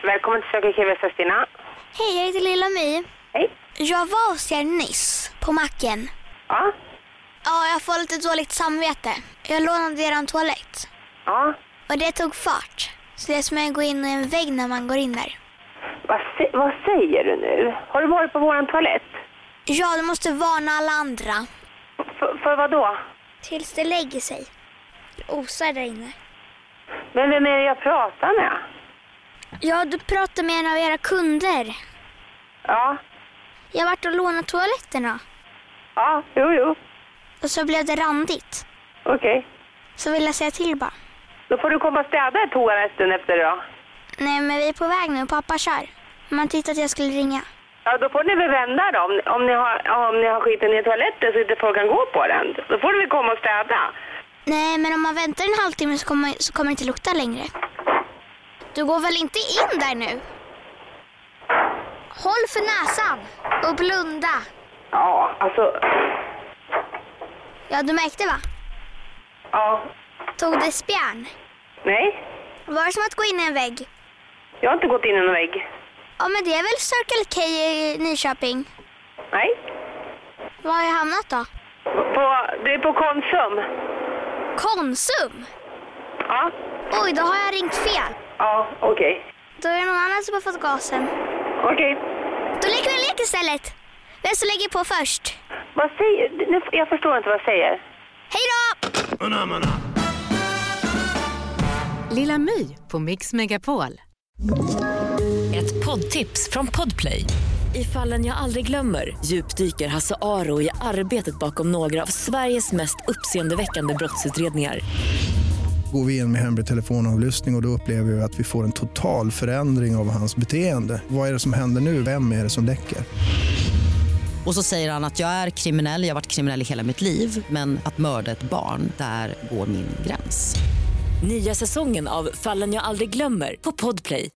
Välkommen till Söker Kevin Stina. Hej, jag heter Lilla My. Hej. Jag var hos er nyss på macken. Ja. Ja, jag får lite dåligt samvete. Jag lånade er en toalett. Ja. Och det tog fart. Så det är som att gå in i en vägg när man går in där. Vad säger du nu? Har du varit på våran toalett? Ja, du måste varna alla andra. För vad då? Tills det lägger sig. Det osar där inne. Men vem är det jag pratar med? Ja, du pratar med en av era kunder. Ja. Jag har varit och lånat toaletterna. Ja, jo. Och så blev det randigt. Okej. Så vill jag säga till bara. Då får du komma och städa toaletten efter det då. Nej, men vi är på väg nu. Pappa kör. Man tyckte att jag skulle ringa. Ja, då får ni väl vända då. Om ni har skiten i toaletten så inte folk kan gå på den. Då får du väl komma och städa. Nej, men om man väntar en halvtimme så kommer det inte lukta längre. Du går väl inte in där nu? Håll för näsan och blunda. Ja, alltså... Ja, du märkte va? Ja. Tog det spjärn? Nej. Var det som att gå in i en vägg? Jag har inte gått in i någon vägg. Ja, men det är väl Circle K i Nyköping? Nej. Var har jag hamnat då? Det är på Konsum. Konsum? Ja. Oj, då har jag ringt fel. Ja, okej. Då är det någon annan som har fått gasen. Okej. Då leker vi en lek istället. Vem som lägger på först? Vad säger du? Jag förstår inte vad jag säger. Hej då! Lilla My på Mix Megapol. Ett poddtips från Podplay. I Fallen jag aldrig glömmer djupdyker Hasse Aro i arbetet bakom några av Sveriges mest uppseendeväckande brottsutredningar. Går vi in med hemlig telefonavlyssning och då upplever vi att vi får en total förändring av hans beteende. Vad är det som händer nu? Vem är det som läcker? Och så säger han att jag är kriminell, jag har varit kriminell i hela mitt liv. Men att mörda ett barn, där går min gräns. Nya säsongen av Fallen jag aldrig glömmer på Podplay.